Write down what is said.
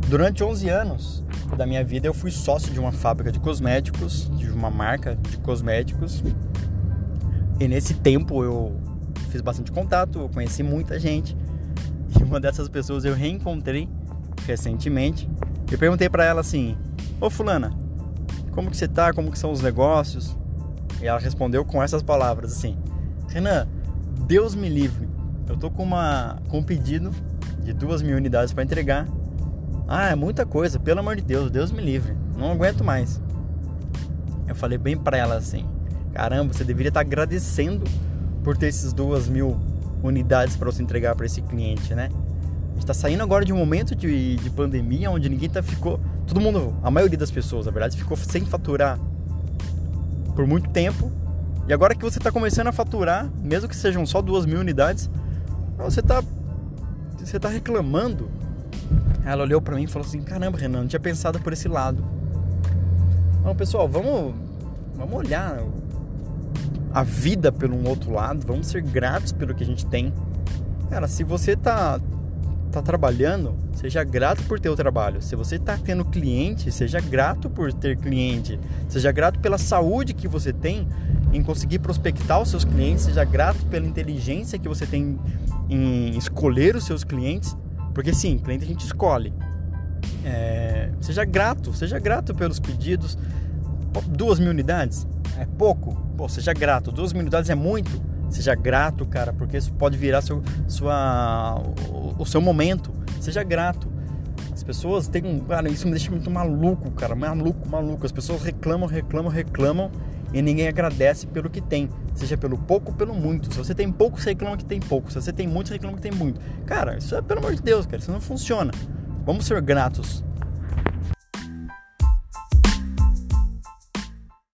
Durante 11 anos da minha vida eu fui sócio de uma fábrica de cosméticos, de uma marca de cosméticos. E nesse tempo eu fiz bastante contato, eu conheci muita gente. E uma dessas pessoas eu reencontrei recentemente. Eu perguntei pra ela assim: ô fulana, como que você tá? Como que são os negócios? E ela respondeu com essas palavras assim: Renan, Deus me livre, eu tô com um pedido de 2.000 unidades pra entregar. Ah, é muita coisa, pelo amor de Deus, Deus me livre, não aguento mais. Eu falei bem pra ela assim: caramba, você deveria estar agradecendo por ter esses 2.000 unidades para você entregar para esse cliente, né? A gente tá saindo agora de um momento de pandemia onde ninguém ficou, todo mundo, a maioria das pessoas, na verdade, ficou sem faturar por muito tempo. E agora que você tá começando a faturar, mesmo que sejam só 2.000 unidades, você tá reclamando. Ela olhou pra mim e falou assim: caramba, Renan, não tinha pensado por esse lado. Então, pessoal, vamos olhar a vida pelo um outro lado, vamos ser gratos pelo que a gente tem. Cara, se você tá trabalhando, seja grato por ter o trabalho. Se você tá tendo cliente, seja grato por ter cliente. Seja grato pela saúde que você tem em conseguir prospectar os seus clientes. Seja grato pela inteligência que você tem em escolher os seus clientes. Porque sim, cliente a gente escolhe. Seja grato pelos pedidos. 2.000 unidades é pouco? Pô, seja grato. 2.000 unidades é muito? Seja grato, cara, porque isso pode virar o seu momento. Seja grato. As pessoas têm cara, isso me deixa muito maluco, cara. Maluco. As pessoas reclamam e ninguém agradece pelo que tem. Seja pelo pouco ou pelo muito. Se você tem pouco, você reclama que tem pouco. Se você tem muito, você reclama que tem muito. Cara, isso é pelo amor de Deus, cara. Isso não funciona. Vamos ser gratos.